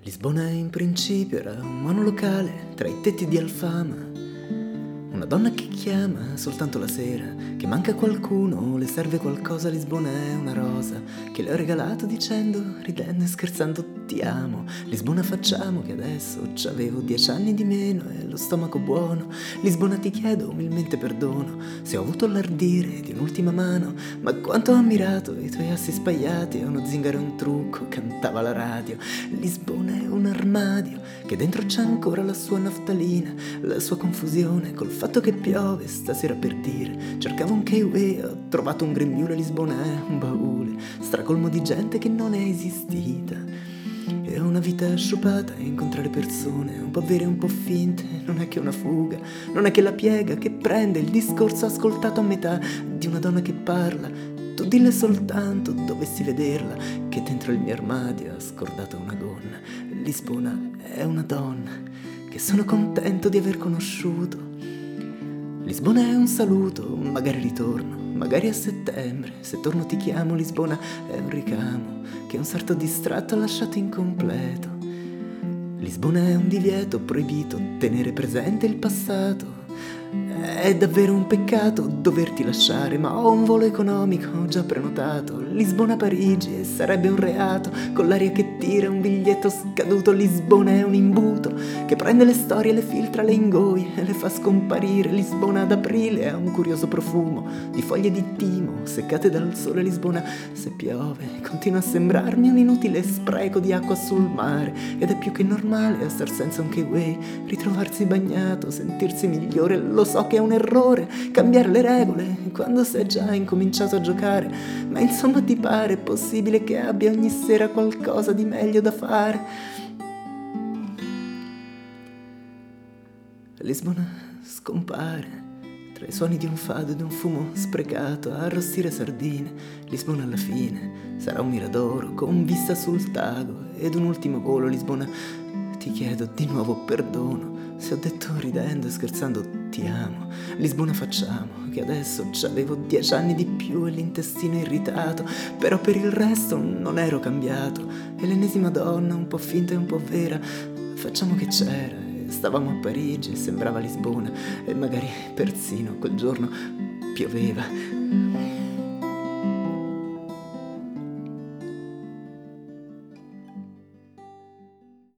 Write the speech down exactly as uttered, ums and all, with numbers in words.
Lisbona in principio era un monolocale tra i tetti di Alfama. Una donna che chiama soltanto la sera, che manca qualcuno, le serve qualcosa. Lisbona è una rosa che le ho regalato dicendo, ridendo e scherzando, ti amo. Lisbona, facciamo che adesso c'avevo dieci anni di meno e lo stomaco buono. Lisbona, ti chiedo umilmente perdono se ho avuto l'ardire di un'ultima mano, ma quanto ho ammirato i tuoi assi spaiati e uno zingaro e un trucco, cantava la radio. Lisbona è un armadio che dentro c'è ancora la sua naftalina, la sua confusione col fatto che piove stasera, per dire. Cercavo un kiwi, ho trovato un grembiule. Lisbona è un baule stracolmo di gente che non è esistita. È una vita sciupata e incontrare persone un po' vere e un po' finte non è che una fuga, non è che la piega che prende il discorso ascoltato a metà di una donna che parla. Tu dille soltanto, dovessi vederla, che dentro il mio armadio ha scordato una gonna. Lisbona è una donna che sono contento di aver conosciuto. Lisbona è un saluto, magari ritorno, magari a settembre. Se torno ti chiamo. Lisbona è un ricamo che un sarto distratto ha lasciato incompleto. Lisbona è un divieto proibito, tenere presente il passato. È davvero un peccato doverti lasciare, ma ho un volo economico già prenotato. Lisbona-Parigi e sarebbe un reato, con l'aria che tira un biglietto scaduto. Lisbona è un imbuto che prende le storie, le filtra, le ingoi e le fa scomparire. Lisbona ad aprile ha un curioso profumo di foglie di timo seccate dal sole. Lisbona, se piove, continua a sembrarmi un inutile spreco di acqua sul mare, ed è più che normale a star senza un kiwi, ritrovarsi bagnato, sentirsi migliore. Lo so che è un errore cambiare le regole quando sei già incominciato a giocare, ma insomma ti pare possibile che abbia ogni sera qualcosa di meglio da fare? Lisbona scompare tra i suoni di un fado e di un fumo sprecato a arrostire sardine. Lisbona alla fine sarà un miradoro con vista sul Tago ed un ultimo volo. Lisbona, ti chiedo di nuovo perdono se ho detto ridendo e scherzando ti amo. Lisbona, facciamo che adesso c'avevo dieci anni di più e l'intestino irritato, però per il resto non ero cambiato. E l'ennesima donna, un po' finta e un po' vera, facciamo che c'era. Stavamo a Parigi e sembrava Lisbona, e magari persino quel giorno pioveva.